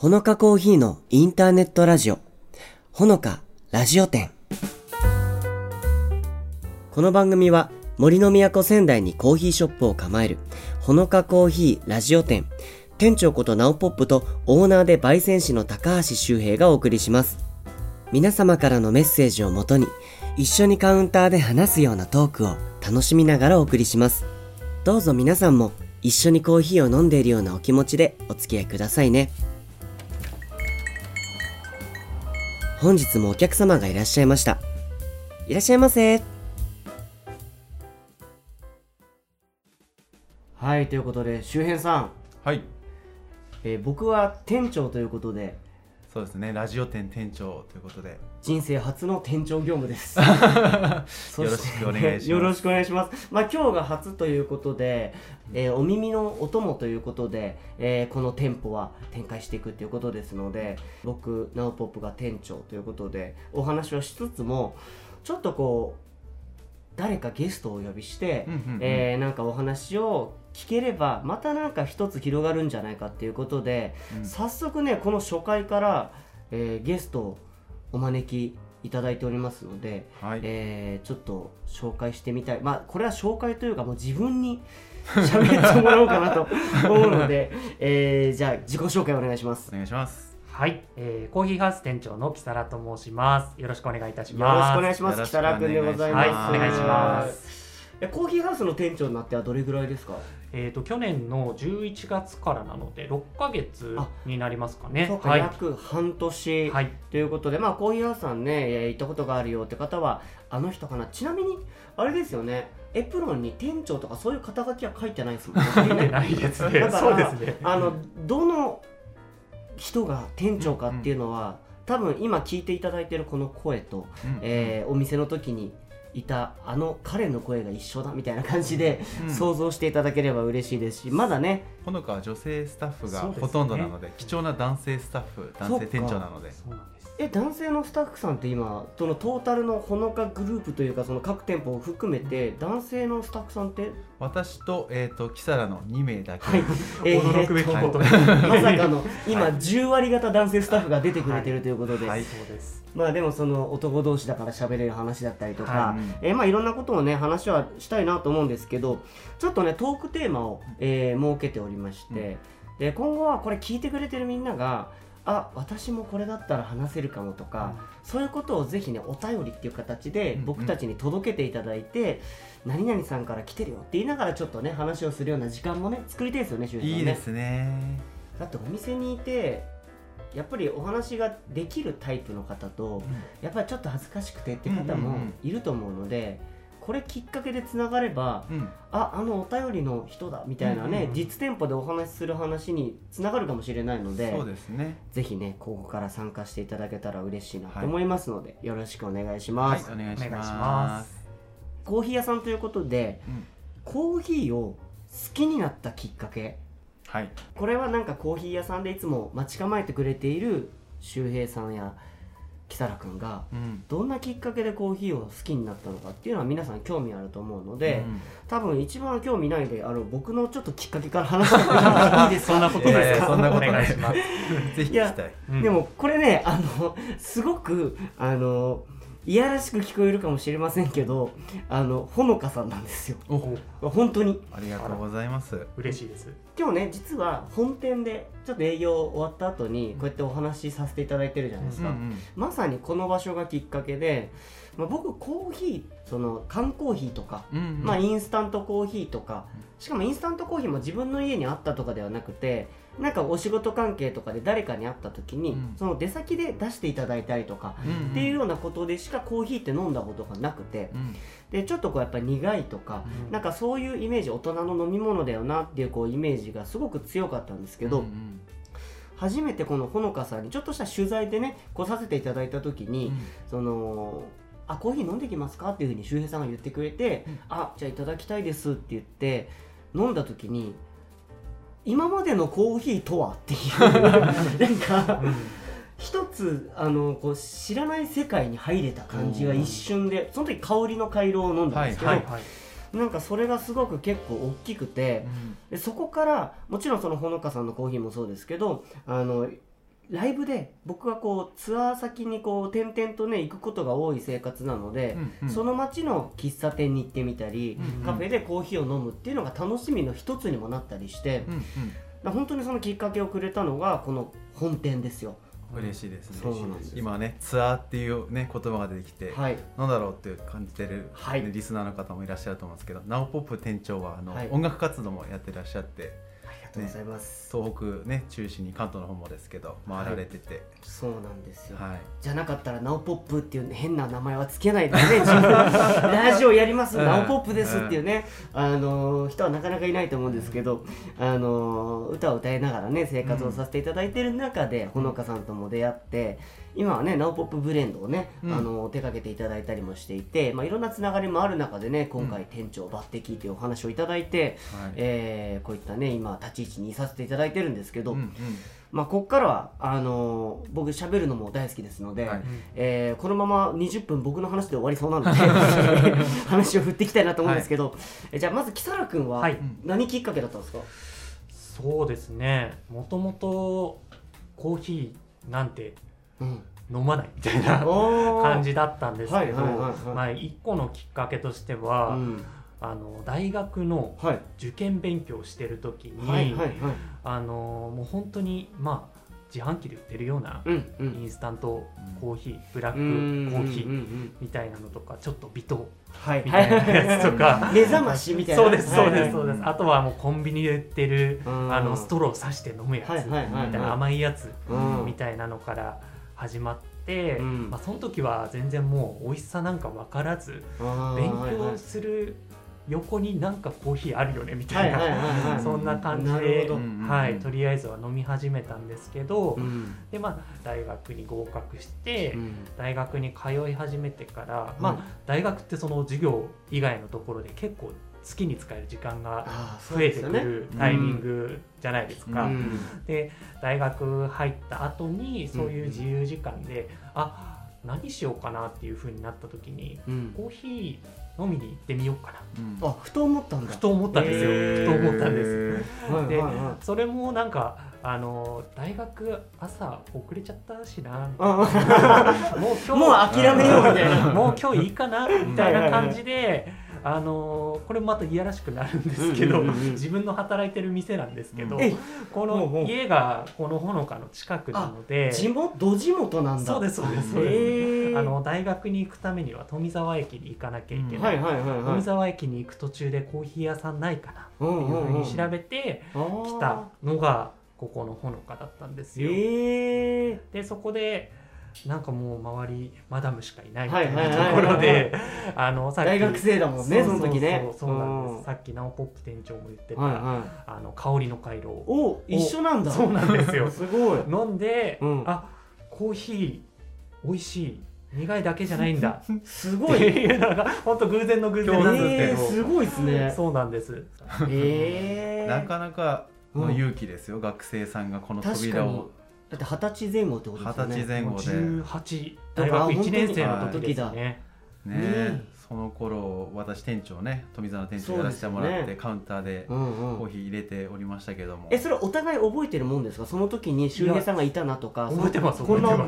ほのかコーヒーのインターネットラジオ、ほのかラジオ店。この番組は森の都仙台にコーヒーショップを構えるほのかコーヒーラジオ店、店長ことナオポップとオーナーで焙煎士の高橋周平がお送りします。皆様からのメッセージをもとに一緒にカウンターで話すようなトークを楽しみながらお送りします。どうぞ皆さんも一緒にコーヒーを飲んでいるようなお気持ちでお付き合いくださいね。本日もお客様がいらっしゃいました。いらっしゃいませ。はい、ということで周平さん、 はい、 僕は店長ということで、 そうですね、ラジオ店店長ということで人生初の店長業務ですよろしくお願いします。 よろしくお願いします。今日が初ということで、お耳のお供ということで、この店舗は展開していくということですので、僕ナオポップが店長ということでお話をしつつも、ちょっとこう誰かゲストをお呼びして、なんかお話を聞ければまたなんか一つ広がるんじゃないかっていうことで、早速ねこの初回から、ゲストをお招きいただいておりますので、はい、ちょっと紹介してみたい。これは紹介というかもう自分に喋ってもらおうかなと思うので、じゃあ自己紹介お願いします。 お願いします。 はい、コーヒーハウス店長の木更と申します。よろしくお願いいたします。 よろしくお願いします。木更くんでございます。 はい、お願いします。 コーヒーハウスの店長になってはどれぐらいですか？ 去年の11月からなので6ヶ月になりますかね。 そうか、はい、約半年、はい、ということで、コーヒーハウスさんね、行ったことがあるよって方はあの人かな。ちなみにあれですよね、エプロンに店長とかそういう肩書きは書いてないですもんね。 書いてないですね。そうですね。 どの人が店長かっていうのは、多分今聞いていただいているこの声と、お店の時にいた彼の声が一緒だみたいな感じで、想像していただければ嬉しいですし、まだねほのかは女性スタッフがほとんどなので、貴重な男性スタッフ、男性店長なので。 そうなんです。 男性のスタッフさんって今そのトータルのほのかグループというか、その各店舗を含めて男性のスタッフさんって私と木更の2名だけ、 はい、驚くべきこと、 まさかの今10割方男性スタッフが出てくれてるということで、 はい、そうです。 でもその男同士だから喋れる話だったりとか、いろんなことをね話はしたいなと思うんですけど、ちょっとねトークテーマを、設けておりまして、で今後はこれ聞いてくれてるみんなが私もこれだったら話せるかもとか、そういうことをぜひねお便りっていう形で僕たちに届けていただいて、何々さんから来てるよって言いながらちょっとね話をするような時間もね作りたいですよね、周平さんね。 いいですね。 だってお店にいてやっぱりお話ができるタイプの方と、やっぱりちょっと恥ずかしくてって方もいると思うので、これきっかけでつながれば、お便りの人だみたいなね、実店舗でお話しする話につながるかもしれないので、 そうですね、 ぜひねここから参加していただけたら嬉しいなと思いますので、よろしくお願いします。 はい、お願いします。 コーヒー屋さんということで、コーヒーを好きになったきっかけ、はい、これはなんかコーヒー屋さんでいつも待ち構えてくれている周平さんや木更くんが、どんなきっかけでコーヒーを好きになったのかっていうのは皆さん興味あると思うので、多分一番興味ないで僕のちょっときっかけから話してもいいですか？ そんなことないです。 そんなことない。ぜひ聞きたい。 でもこれねすごくいやらしく聞こえるかもしれませんけど、ほのかさんなんですよ。本当にありがとうございます。 嬉しいです。 今日ね実は本店でちょっと営業終わった後にこうやってお話しさせていただいてるじゃないですか。まさにこの場所がきっかけで、僕コーヒー、その缶コーヒーとか、インスタントコーヒーとか、しかもインスタントコーヒーも自分の家にあったとかではなくて、なんかお仕事関係とかで誰かに会った時に、その出先で出していただいたりとか、っていうようなことでしかコーヒーって飲んだことがなくて、でちょっとこうやっぱり苦いとか、なんかそういうイメージ、大人の飲み物だよなっていうイメージがすごく強かったんですけど、初めてこのほのかさんにちょっとした取材でね来させていただいた時に、そのコーヒー飲んできますかっていうふうに周平さんが言ってくれて、じゃあいただきたいですって言って飲んだ時に、今までのコーヒーとはっていうなんか一つこう知らない世界に入れた感じが一瞬で、その時香りの回路を飲んだんですけど、なんかそれがすごく結構大きくて、でそこからもちろんそのほのかさんのコーヒーもそうですけど、 ライブで僕はこうツアー先にこう転々とね行くことが多い生活なので、その街の喫茶店に行ってみたり、カフェでコーヒーを飲むっていうのが楽しみの一つにもなったりして、本当にそのきっかけをくれたのがこの本店ですよ。 嬉しいですね。 そうなんです。 今ねツアーっていうね言葉が出てきて、なんだろうって感じてる、リスナーの方もいらっしゃると思うんですけど、ナオポップ店長は音楽活動もやってらっしゃって、 ありがとうございます。 東北ね中心に関東の方もですけど回られてて、 そうなんですよ。じゃなかったらナオポップっていう変な名前はつけないでね、自分ラジオやりますナオポップですっていうね人はなかなかいないと思うんですけど、歌を歌いながらね生活をさせていただいている中でほのかさんとも出会って、今はねナオポップブレンドをね手掛けていただいたりもしていて、いろんなつながりもある中でね今回店長抜擢というお話をいただいて、こういったね今立ち位置にいさせていただいてるんですけど、ここからは僕喋るのも大好きですので、このまま20分僕の話で終わりそうなので話を振っていきたいなと思うんですけど、じゃあまず木更君は何きっかけだったんですか？ そうですね、もともとコーヒーなんて飲まないみたいな感じだったんですけど、一個のきっかけとしては、大学の受験勉強をしてる時にもう本当に自販機で売ってるようなインスタントコーヒー、ブラックコーヒーみたいなのとか、ちょっと微糖みたいなやつとか、 目覚ましみたいな、 そうですそうですそうです。あとはもうコンビニで売ってるストローを刺して飲むやつみたいな、甘いやつみたいなのから始まって、その時は全然もう美味しさなんか分からず、勉強する横になんかコーヒーあるよねみたいな、そんな感じで、とりあえずは飲み始めたんですけど、で大学に合格して、大学に通い始めてから、大学ってその授業以外のところで結構好きに使える時間が増えてくるタイミングじゃないですか。で大学入った後にそういう自由時間で、何しようかなっていう風になった時に、コーヒー飲みに行ってみようかな、 ふと思ったんだ。 ふと思ったんですよ。ふと思ったんです。でそれもなんか大学朝遅れちゃったしな、もう諦めようみたいなもう今日いいかなみたいな感じで、これもまたいやらしくなるんですけど、自分の働いてる店なんですけど、この家がこのほのかの近くなので、 ど地元なんだ。 そうですそうですそうです。大学に行くためには富沢駅に行かなきゃいけない。富沢駅に行く途中でコーヒー屋さんないかなっていうふうに調べて来たのがここのほのかだったんですよ。でそこでなんかもう周りマダムしかいないみたいなところで、さっき大学生だもんね、その時ね。 そうなんです。さっきナオポップ店長も言ってた香りの回廊一緒なんだ。 そうなんですよ。 すごい。 飲んで、コーヒー美味しい、苦いだけじゃないんだすごいっていうのが本当偶然の偶然なんですけど、 すごいですね。 そうなんです。 なかなかの勇気ですよ、学生さんがこの扉を。 だって20歳前後ってことですよね。 20歳前後で 18、大学1年生の時ですね。 その頃私店長ね、富澤の店長やらせてもらって、カウンターでコーヒー入れておりましたけども、 それお互い覚えてるもんですか？その時に周平さんがいたなとか。 覚えてます覚えてます。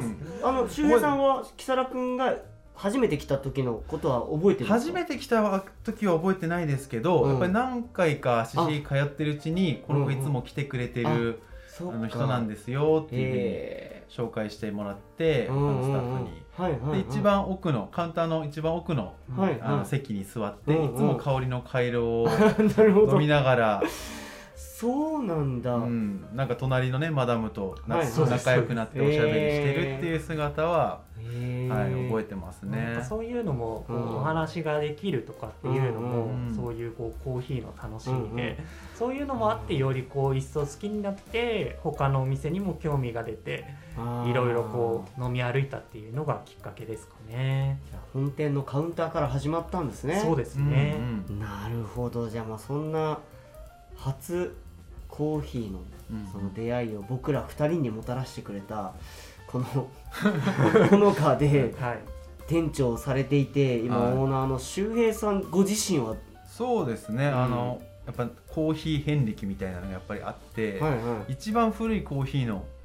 周平さんは木更君が初めて来た時のことは覚えてるんですか？ 初めて来た時は覚えてないですけど、やっぱり何回か足し通ってるうちに、この子いつも来てくれてる人なんですよっていうふうに紹介してもらって、スタッフに。で一番奥のカウンターの一番奥の席に座って、いつも香りの回廊を飲みながら。 そうなんだ。 なんか隣のねマダムと仲良くなっておしゃべりしてるっていう姿は覚えてますね。 そういうのもお話ができるとかっていうのも、そういうコーヒーの楽しみで、そういうのもあってより一層好きになって他のお店にも興味が出て、いろいろ飲み歩いたっていうのがきっかけですかね。 本店のカウンターから始まったんですね。 そうですね。 なるほど。じゃあそんな初コーヒーのその出会いを僕ら2人にもたらしてくれたこのほのかで店長をされていて、今オーナーの周平さんご自身は。 そうですね、やっぱコーヒー遍歴みたいなのがやっぱりあって、一番古いコーヒーの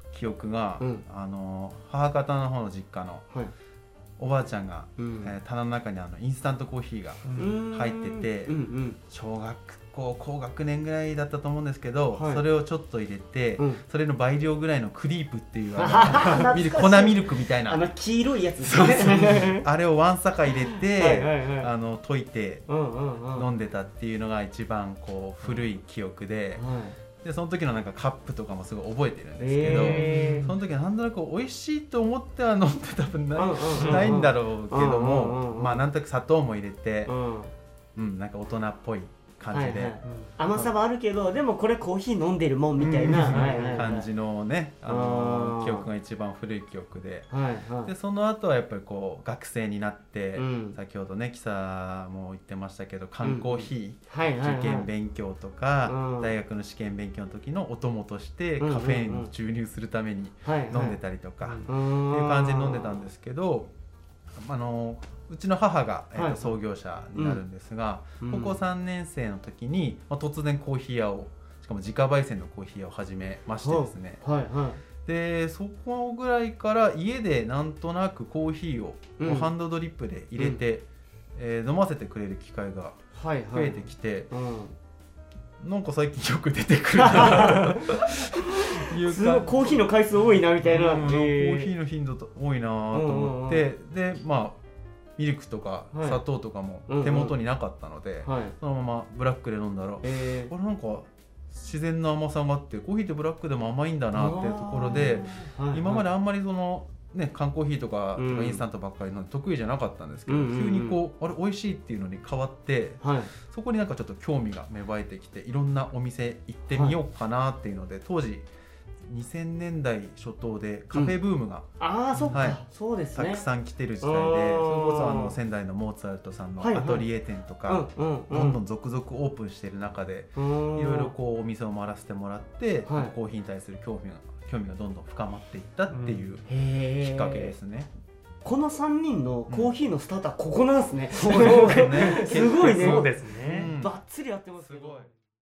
記憶が、母方の方の実家のおばあちゃんが、棚の中にインスタントコーヒーが入ってて、小学校高学年ぐらいだったと思うんですけど、それをちょっと入れて、それの倍量ぐらいのクリープっていう粉ミルクみたいな黄色いやつですね。 あれをワンサカ入れて溶いて飲んでたっていうのが一番こう古い記憶で。でその時のなんかカップとかもすごい覚えてるんですけど、その時はなんとなく美味しいと思っては飲んで多分ないんだろうけども、まあなんとなく砂糖も入れて、なんか大人っぽい感じで、 甘さはあるけどでもこれコーヒー飲んでるもんみたいな感じのね記憶が一番古い記憶で、でその後はやっぱりこう学生になって、先ほどねキサも言ってましたけど缶コーヒー受験勉強とか大学の試験勉強の時のお供としてカフェインに注入するために飲んでたりとかっていう感じで飲んでたんですけど、うちの母が、創業者になるんですが、高校3年生の時に、突然コーヒー屋を、しかも自家焙煎のコーヒー屋を始めましてですね、でそこぐらいから家でなんとなくコーヒーを、ハンドドリップで入れて、飲ませてくれる機会が増えてきて、なんか最近よく出てくるなすごいコーヒーの回数多いなみたいな、コーヒーの頻度多いなと思って、でミルクとか砂糖とかも手元になかったので、そのままブラックで飲んだら、これなんか自然な甘さがあってコーヒーってブラックでも甘いんだなっていうところで、今まであんまりその缶コーヒーとかインスタントばっかりの得意じゃなかったんですけど、急にこうあれ美味しいっていうのに変わって、そこになんかちょっと興味が芽生えてきて、いろんなお店行ってみようかなっていうので、当時2000年代初頭でカフェブームが、 そうですね、 たくさん来てる時代で、それこそ仙台のモーツァルトさんのアトリエ店とかどんどん続々オープンしている中で、いろいろこうお店を回らせてもらって、コーヒーに対する興味がどんどん深まっていったっていうきっかけですね。 この3人のコーヒーのスタートはここなんですね。 すごいね。 そうですね。 バッツリやってます。 すごい。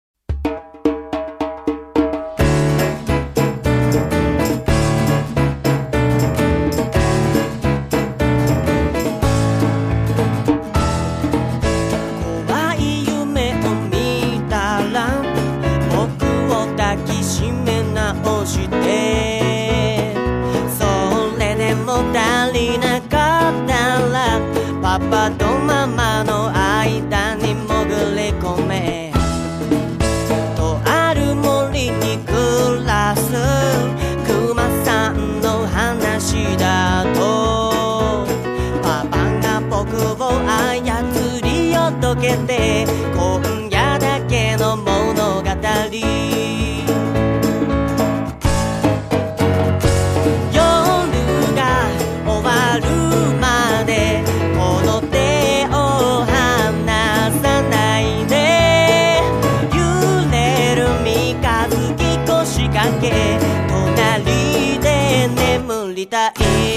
パパとママの間に潜り込め、とある森に暮らすクマさんの話だと、パパが僕を操りを解けて、今夜だけの物語、隣で眠りたい。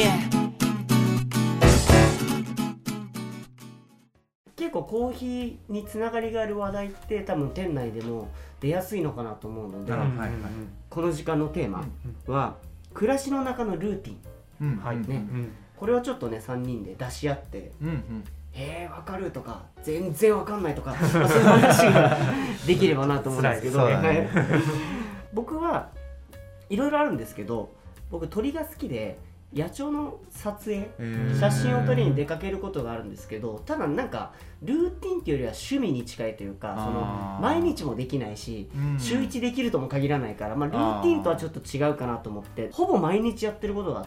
結構コーヒーにつながりがある話題って多分店内でも出やすいのかなと思うので、この時間のテーマは暮らしの中のルーティン、これをちょっとね3人で出し合って、分かるとか全然分かんないとか、そういう話ができればなと思うんですけど、僕はいろいろあるんですけど、僕鳥が好きで野鳥の撮影、写真を撮りに出かけることがあるんですけど、ただなんかルーティンっていうよりは趣味に近いというか、その毎日もできないし、週1できるとも限らないから、ルーティンとはちょっと違うかなと思って、ほぼ毎日やってることがあって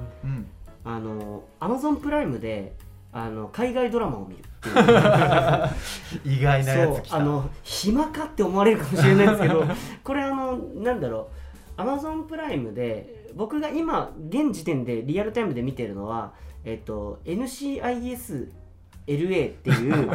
、Amazon プライムで海外ドラマを見るっていう意外なやつ来た。 暇かって思われるかもしれないですけどこれなんだろう、Amazon プライムで僕が今現時点でリアルタイムで見てるのは、NCIS LA っていう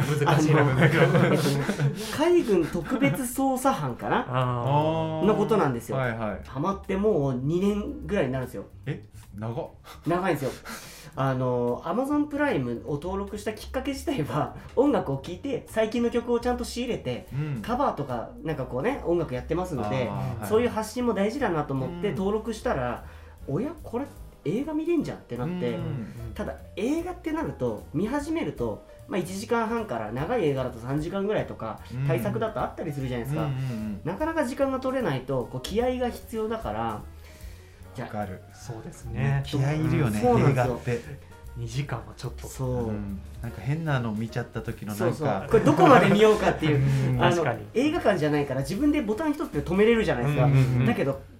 海軍特別捜査班かなのことなんですよ。ハマってもう2年ぐらいになるんですよ。長いんですよ。Amazon プライムを登録したきっかけ自体は、音楽を聴いて最近の曲をちゃんと仕入れて、カバーとかなんかこうね音楽やってますので、そういう発信も大事だなと思って登録したら、 これ映画見れんじゃんってなって、ただ映画ってなると見始めると、1時間半から長い映画だと3時間ぐらいとか対策だとあったりするじゃないですか、なかなか時間が取れないとこう気合が必要だから。 わかる。 そうですね、 気合いるよね映画って。 2時間はちょっとなんか変なの見ちゃった時のなんかこれどこまで見ようかっていう映画館じゃないから自分でボタン一つで止めれるじゃないですか、だけど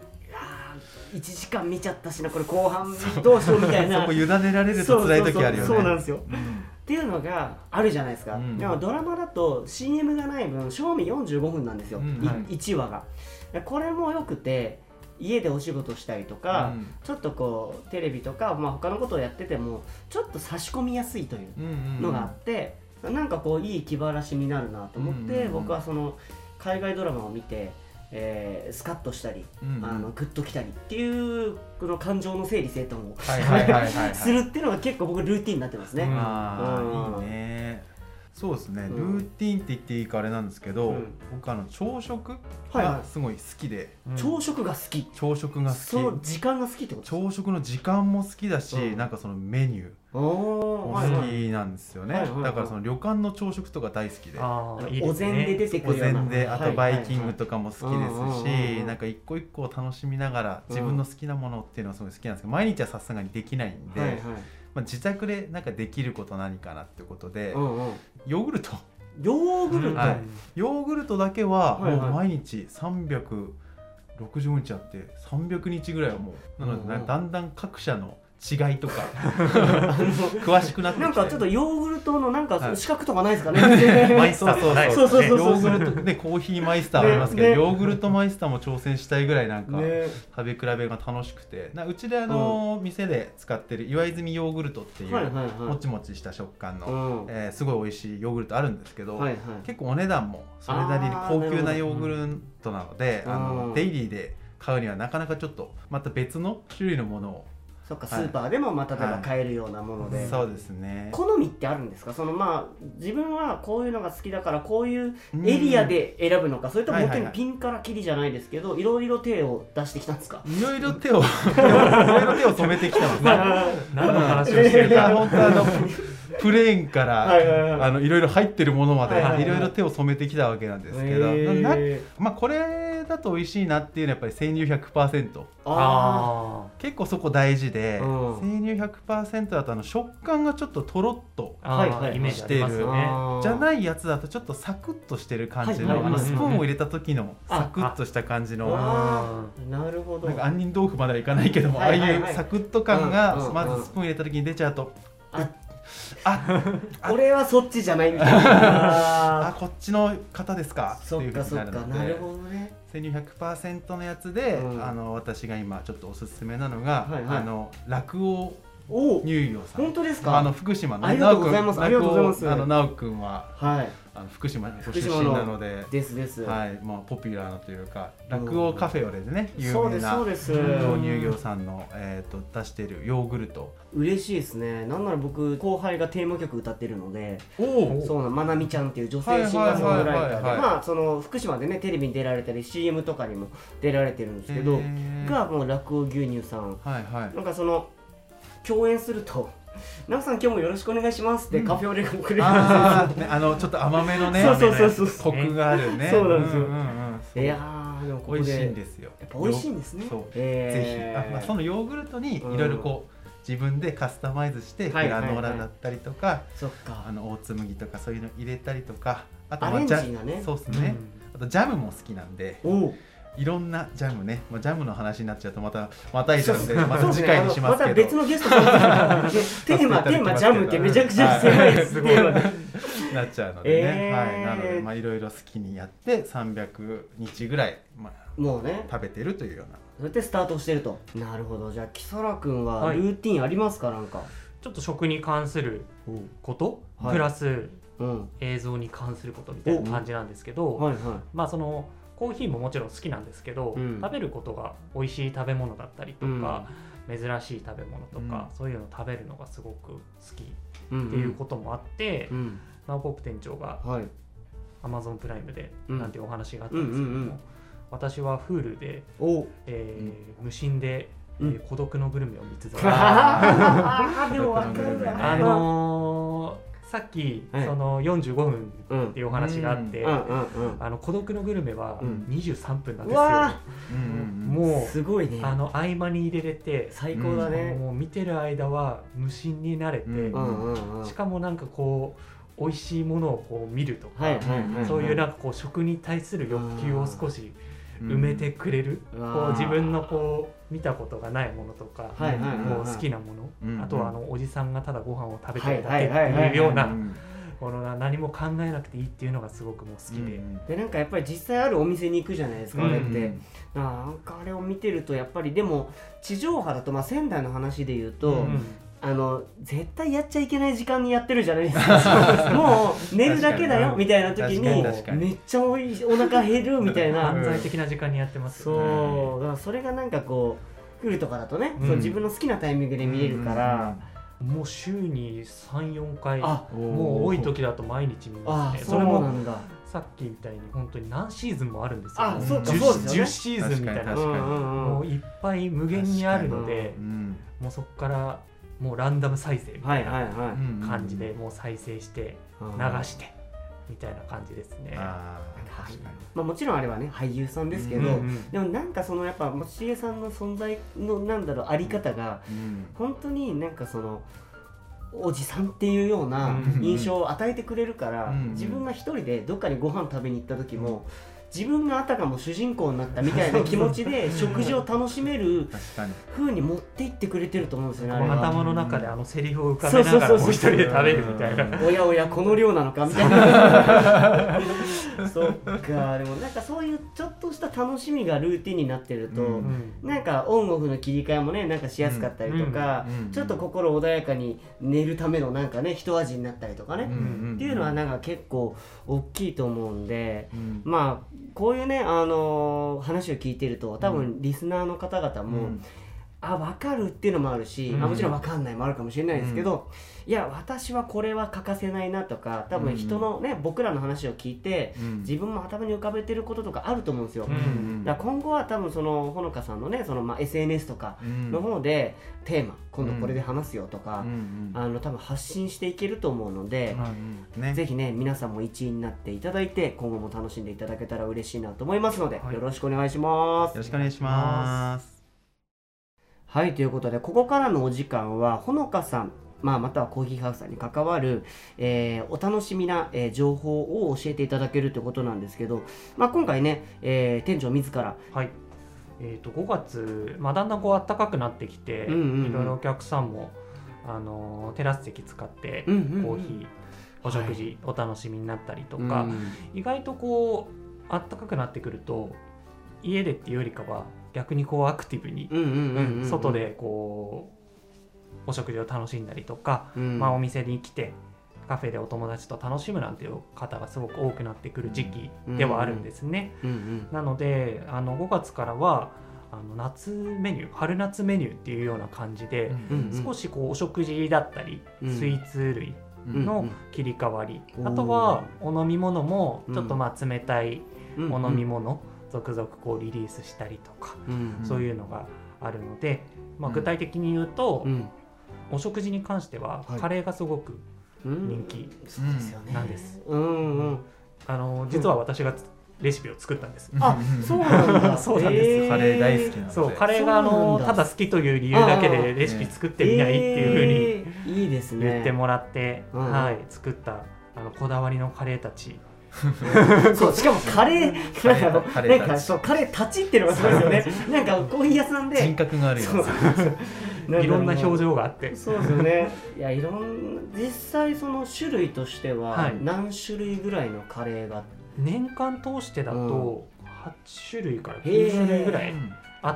1時間見ちゃったしな、これ後半どうしようみたいなそこ委ねられると辛い時あるよね。 そうなんですよ、っていうのがあるじゃないですか、でもドラマだと CM がない分正味45分なんですよ、1話が。これもよくて家でお仕事したりとか、ちょっとこうテレビとか、他のことをやっててもちょっと差し込みやすいというのがあって、なんかこういい気晴らしになるなと思って、僕はその海外ドラマを見て、スカッとしたり、グッときたりっていうこの感情の整理整頓をするっていうのが結構僕ルーティンになってますね。 いいね。そうですね、ルーティンって言っていいかあれなんですけど、僕朝食がすごい好きで、 朝食が好き、 朝食が好き、 その時間が好きってこと？ 朝食の時間も好きだし、なんかそのメニューも好きなんですよね。だからその旅館の朝食とか大好きで、 お膳で出てくるような、 お膳で、あとバイキングとかも好きですし、なんか一個一個を楽しみながら自分の好きなものっていうのはすごい好きなんですけど、毎日はさすがにできないんで、自宅でなんかできること何かなっていうことで、ヨーグルト、 ヨーグルトだけはもう毎日365日あって300日ぐらいはもう、なのでだんだん各社の違いとか詳しくなってきて、なんかちょっとヨーグルトのなんか資格とかないですかね。 マイスターとかないですかね。ヨーグルトでコーヒーマイスターありますけど、ヨーグルトマイスターも挑戦したいぐらいなんか食べ比べが楽しくて、うちで店で使ってる岩泉ヨーグルトっていうもちもちした食感のすごい美味しいヨーグルトあるんですけど、結構お値段もそれなりに高級なヨーグルトなので、デイリーで買うにはなかなかちょっとまた別の種類のものを、 そっか、スーパーでも例えば買えるようなもので、 そうですね。 好みってあるんですか？その自分はこういうのが好きだからこういうエリアで選ぶのか、それとも本当にピンからキリじゃないですけど、いろいろ手を出してきたんですか？ いろいろ手を染めてきたんです。 何の話をしてるか。 本当プレーンからいろいろ入ってるものまでいろいろ手を染めてきたわけなんですけど、これだと美味しいなっていうのはやっぱり生乳 100%、結構そこ大事で、生乳 100% だと食感がちょっととろっとしてる、じゃないやつだとちょっとサクッとしてる感じの、スプーンを入れた時のサクッとした感じの、 なるほど、 なんか杏仁豆腐まではいかないけども、ああいうサクッと感がまずスプーン入れた時に出ちゃうと、 俺はそっちじゃないみたいなこっちの方ですかっていうふうになるので、 なるほどね。 生乳 100% のやつで、私が今ちょっとおすすめなのが、酪王乳業さん。 本当ですか？ 福島のありがとうございます。ありがとうございます。 直くんは福島ご出身なので、ポピュラーなというか、酪王カフェオレでね有名な乳業さんの出しているヨーグルト、 嬉しいですね。なんなら僕後輩がテーマ曲歌ってるので、そうなまなみちゃんっていう女性シンガーソングライターで、その福島でねテレビに出られたり CM とかにも出られてるんですけど、がもう酪王牛乳さん、なんかその共演すると「なおさん今日もよろしくお願いします」ってカフェオレがくれるんですよ。 ちょっと甘めのね、コクがあるね。 そうなんですよ。いやでも美味しいんですよ。 やっぱ美味しいんですね。 ぜひそのヨーグルトにいろいろこう自分でカスタマイズしてグラノーラだったりとか、オーツ麦とかそういうの入れたりとか、あとアレンジがね、 そうですね。あとジャムも好きなんで。いろんなジャムね、ジャムの話になっちゃうとまたいちゃうんで、また次回にしますけど、 また別のゲストさんテーマジャムってめちゃくちゃ狭いです。 なっちゃうのでね、なのでいろいろ好きにやって300日ぐらいもうね食べてるというような、 そうやってスタートしてると。なるほど。じゃあ木更くんはルーティンありますか？なんかちょっと食に関することプラス映像に関することみたいな感じなんですけど、そのコーヒーももちろん好きなんですけど、食べることが美味しい食べ物だったりとか、珍しい食べ物とか、そういうのを食べるのがすごく好きっていうこともあって、ナオポップ店長が Amazon プライムでなんていうお話があったんですけども、私は Hulu で無心で孤独のグルメを3つでも分かるわ。 さっきその45分っていうお話があって孤独のグルメは23分なんですよ。もうすごいね。 合間に入れれて最高だね。 もう見てる間は無心になれて、しかもなんかこう美味しいものをこう見るとか、そういうなんかこう食に対する欲求を少し埋めてくれる、こう自分のこう見たことがないものとか、もう好きなもの、あとはおじさんがただご飯を食べてるだけっていうようなこの何も考えなくていいっていうのがすごくもう好きで、 でなんかやっぱり実際あるお店に行くじゃないですか、あれって。なんかあれを見てるとやっぱりでも地上波だと仙台の話で言うと、絶対やっちゃいけない時間にやってるじゃないですか。もう寝るだけだよみたいな時にめっちゃお腹減るみたいな犯罪的な時間にやってますよね。 そうだからそれがなんかこうフルとかだとね、そう自分の好きなタイミングで見れるから、 もう週に 3,4 回、もう多い時だと毎日見ますね。 それもさっきみたいに本当に何シーズンもあるんですよ。 10 シーズンみたいな、もういっぱい無限にあるので、もうそこからもうランダム再生みたいな感じでもう再生して流してみたいな感じですね。 もちろんあれはね俳優さんですけど、でもなんかそのやっぱしげさんの存在のあり方が本当になんかそのおじさんっていうような印象を与えてくれるから、自分が一人でどっかにご飯食べに行った時も自分があたかも主人公になったみたいな気持ちで食事を楽しめる風に持っていってくれてると思うんですよね。 頭の中でセリフを浮かべながらもう一人で食べるみたいな、 おやおやこの量なのかみたいな。そっか、でもなんかそういうちょっとした楽しみがルーティンになってると、なんかオンオフの切り替えもねなんかしやすかったりとか、ちょっと心穏やかに寝るためのなんかね一味になったりとかね、っていうのはなんか結構大きいと思うんで、まあこういうね、話を聞いてると多分リスナーの方々も、分かるっていうのもあるし、もちろん分かんないもあるかもしれないですけど、いや私はこれは欠かせないなとか、多分人のね、僕らの話を聞いて、自分も頭に浮かべてることとかあると思うんですよ。だから今後は多分そのほのかさんのね、そのSNS とかの方でテーマ今度これで話すよとか、多分発信していけると思うので、ぜひね皆さんも一員になっていただいて今後も楽しんでいただけたら嬉しいなと思いますので、よろしくお願いします。 よろしくお願いします。 はい、ということでここからのお時間はほのかさん、またはコーヒーハウスさんに関わる、お楽しみな、情報を教えていただけるということなんですけど、今回ね、店長自ら、 5月、だんだんこう暖かくなってきて、いろいろお客さんもテラス席使ってコーヒー、お食事、お楽しみになったりとか、意外とこう暖かくなってくると家でっていうよりかは逆にこうアクティブに外でこうお食事を楽しんだりとか、お店に来てカフェでお友達と楽しむなんていう方がすごく多くなってくる時期ではあるんですね。なので5月からは夏メニュー、春夏メニューっていうような感じで、少しこうお食事だったりスイーツ類の切り替わり、あとはお飲み物もちょっと冷たいお飲み物続々こうリリースしたりとか、そういうのがあるので、具体的に言うと、お食事に関してはカレーがすごく人気なんです。実は私がレシピを作ったんです。 そうなんだ。 そうなんです。 カレー大好きなので。 そう、カレーがただ好きという理由だけでレシピ作ってみないっていうふうにいいですね。 言ってもらって、作ったこだわりのカレーたち。 そう、しかもカレーなんかカレーたちっていうのがすごいですよね。なんかコーヒー屋さんで人格があるよ。 いろんな表情があって。 そうですよね。いや、実際その種類としては何種類ぐらいのカレーが、 年間通してだと8種類から9種類ぐらいあって、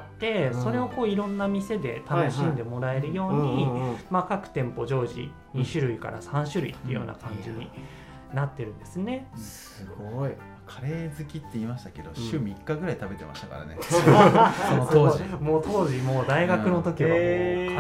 それをこういろんな店で楽しんでもらえるように、各店舗常時2種類から3種類っていうような感じになってるんですね。 すごい。 カレー好きって言いましたけど、週3日ぐらい食べてましたからね。その当時。 もう当時もう大学の時はもうカレー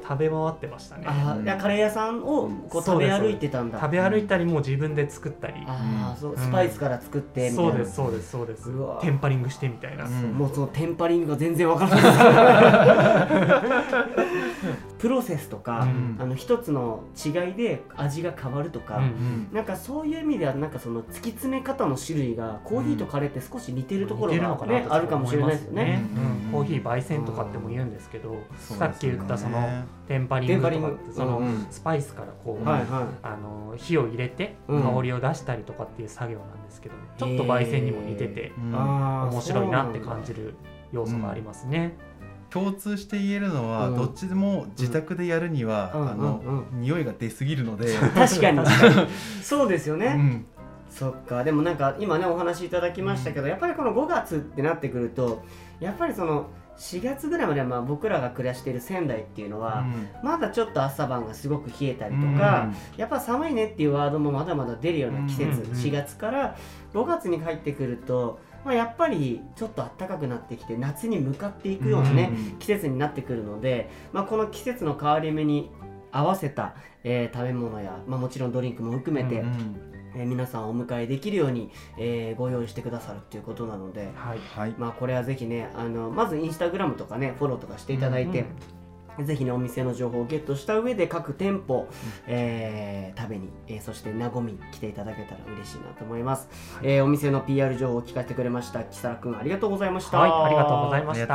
食べ回ってましたね。 いやカレー屋さんをこう食べ歩いてたんだ。 食べ歩いたりも自分で作ったり、 そうスパイスから作ってみたいな。 そうですテンパリングしてみたいな。 もうそのテンパリングが全然わからないプロセスとか、一つの違いで味が変わるとか、なんかそういう意味ではなんかその突き詰め方の種類がコーヒーとカレーって少し似てるところがねあるかもしれないですよね。 コーヒー焙煎とかっても言うんですけど、さっき言ったそのテンパリングとかってそのスパイスからこう火を入れて香りを出したりとかっていう作業なんですけど、ちょっと焙煎にも似てて面白いなって感じる要素がありますね。 共通して言えるのは、どっちでも自宅でやるには匂いが出すぎるので。 確かにそうですよね。そっか。でもなんか今ねお話いただきましたけど、やっぱりこの5月ってなってくるとやっぱりその4月ぐらいまでは僕らが暮らしている仙台っていうのは、まだちょっと朝晩がすごく冷えたりとか、やっぱ寒いねっていうワードもまだまだ出るような季節、4月から5月に入ってくると、やっぱりちょっと暖かくなってきて夏に向かっていくようなね、季節になってくるので、この季節の変わり目に合わせた、食べ物や、もちろんドリンクも含めて、皆さんをお迎えできるように、ご用意してくださるっていうことなので、これはぜひねまずインスタグラムとかねフォローとかしていただいて、ぜひねお店の情報をゲットした上で各店舗、食べに、そして和み来ていただけたら嬉しいなと思います。お店の PR 情報を聞かせてくれました木更くん、ありがとうございました。 ありがとうございました。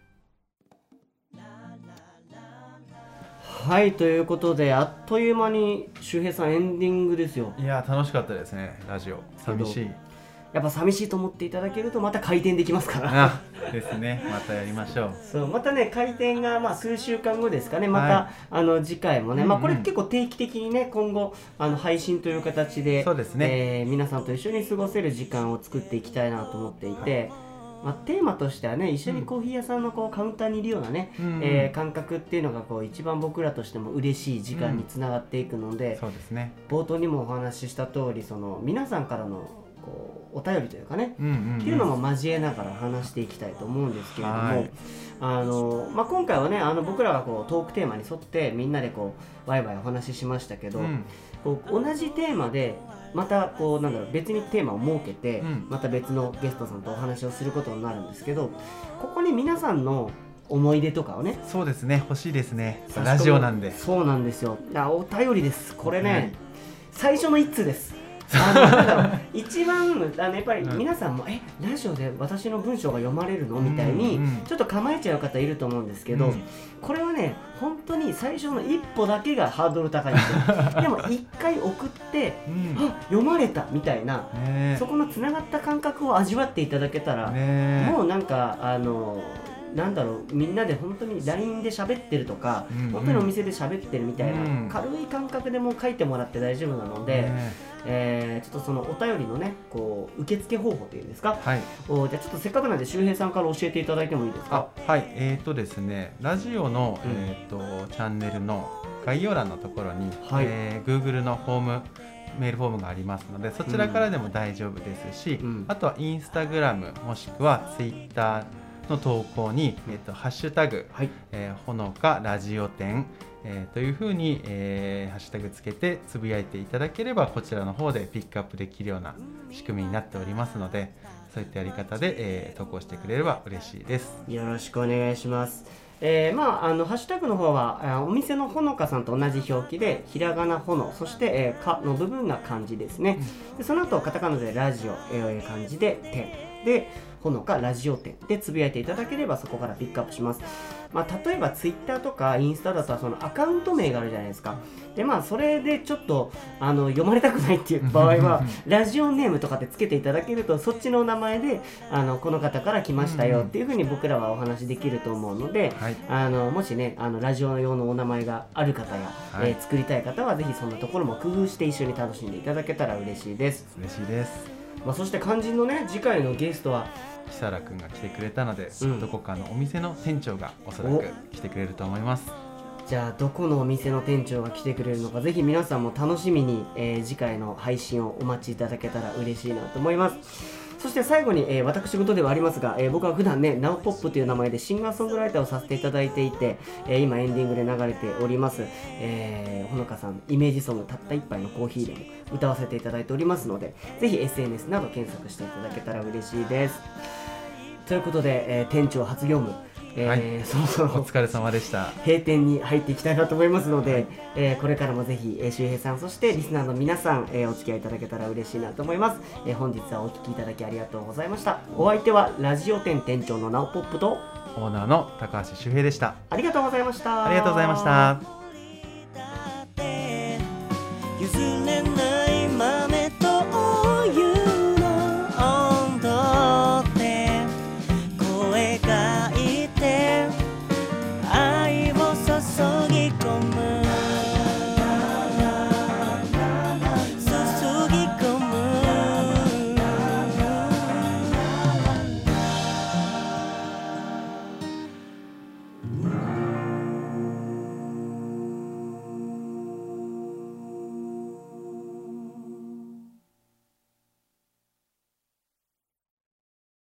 はい、ということであっという間に周平さんエンディングですよ。 いや楽しかったですね。ラジオ寂しい。 やっぱ寂しいと思っていただけるとまた開店できますからですね。またやりましょう。 そうまたね開店が数週間後ですかね。また、次回もね、これ結構定期的にね今後配信という形で、 そうですね、 皆さんと一緒に過ごせる時間を作っていきたいなと思っていて、テーマとしてはね一緒にコーヒー屋さんのこうカウンターにいるようなね、感覚っていうのがこう一番僕らとしても嬉しい時間につながっていくので、 そうですね、 冒頭にもお話しした通りその皆さんからのこうお便りというかね、っていうのも交えながら話していきたいと思うんですけれども、今回はね僕らがこうトークテーマに沿ってみんなでこうワイワイお話ししましたけど、こう同じテーマでまたこうなんだろう別にテーマを設けて、また別のゲストさんとお話をすることになるんですけど、ここに皆さんの思い出とかをね、 そうですね、欲しいですね。ラジオなんで。 そうなんですよ。お便りです。これね、最初の一通です。なんだろう一番やっぱり皆さんも、ラジオで私の文章が読まれるのみたいにちょっと構えちゃう方いると思うんですけど、これはね本当に最初の一歩だけがハードル高いんですよ。でも一回送って、読まれたみたいな、そこのつながった感覚を味わっていただけたら、もうなんかなんだろうみんなで本当に LINE で喋ってるとか、本当にお店で喋ってるみたいな、軽い感覚でも書いてもらって大丈夫なので、ちょっとそのお便りのねこう受付方法というんですか、じゃあちょっとせっかくなんで周平さんから教えていただいてもいいですか。 ですね、ラジオの、チャンネルの概要欄のところに、Google のメールフォームがありますので、そちらからでも大丈夫ですし、あとはインスタグラムもしくはツイッターの投稿に、ハッシュタグ、ほのかラジオ店、というふうに、ハッシュタグつけてつぶやいていただければ、こちらの方でピックアップできるような仕組みになっておりますので、そういったやり方で、投稿してくれれば嬉しいです。 よろしくお願いします。ハッシュタグの方はお店のほのかさんと同じ表記でひらがなほの、そして、かの部分が漢字ですね。でその後カタカナでラジオ、漢字で店でほのかラジオ店でつぶやいていただければそこからピックアップします。例えばツイッターとかインスタだとそのアカウント名があるじゃないですか。でそれでちょっと読まれたくないっていう場合はラジオネームとかってつけていただけると、そっちの名前でこの方から来ましたよっていうふうに僕らはお話できると思うので、もしねラジオ用のお名前がある方や、作りたい方はぜひそんなところも工夫して一緒に楽しんでいただけたら嬉しいです。 嬉しいです。 そして肝心のね次回のゲストは木更くんが来てくれたので、どこかのお店の店長がおそらく来てくれると思います。 じゃあどこのお店の店長が来てくれるのか、ぜひ皆さんも楽しみに、次回の配信をお待ちいただけたら嬉しいなと思います。 そして最後に、私事ではありますが、僕は普段ね、ナウポップという名前でシンガーソングライターをさせていただいていて、今エンディングで流れております、ほのかさんイメージソングたった一杯のコーヒーでも歌わせていただいておりますので、ぜひ SNS など検索していただけたら嬉しいです。ということで、店長初業務、 はい、 そろそろお疲れ様でした。 閉店に入っていきたいなと思いますので、これからもぜひ、周平さんそしてリスナーの皆さん、お付き合いいただけたら嬉しいなと思います。本日はお聞きいただきありがとうございました。お相手はラジオ店店長のナオポップとオーナーの高橋周平でした。 ありがとうございました。 ありがとうございました。 譲れない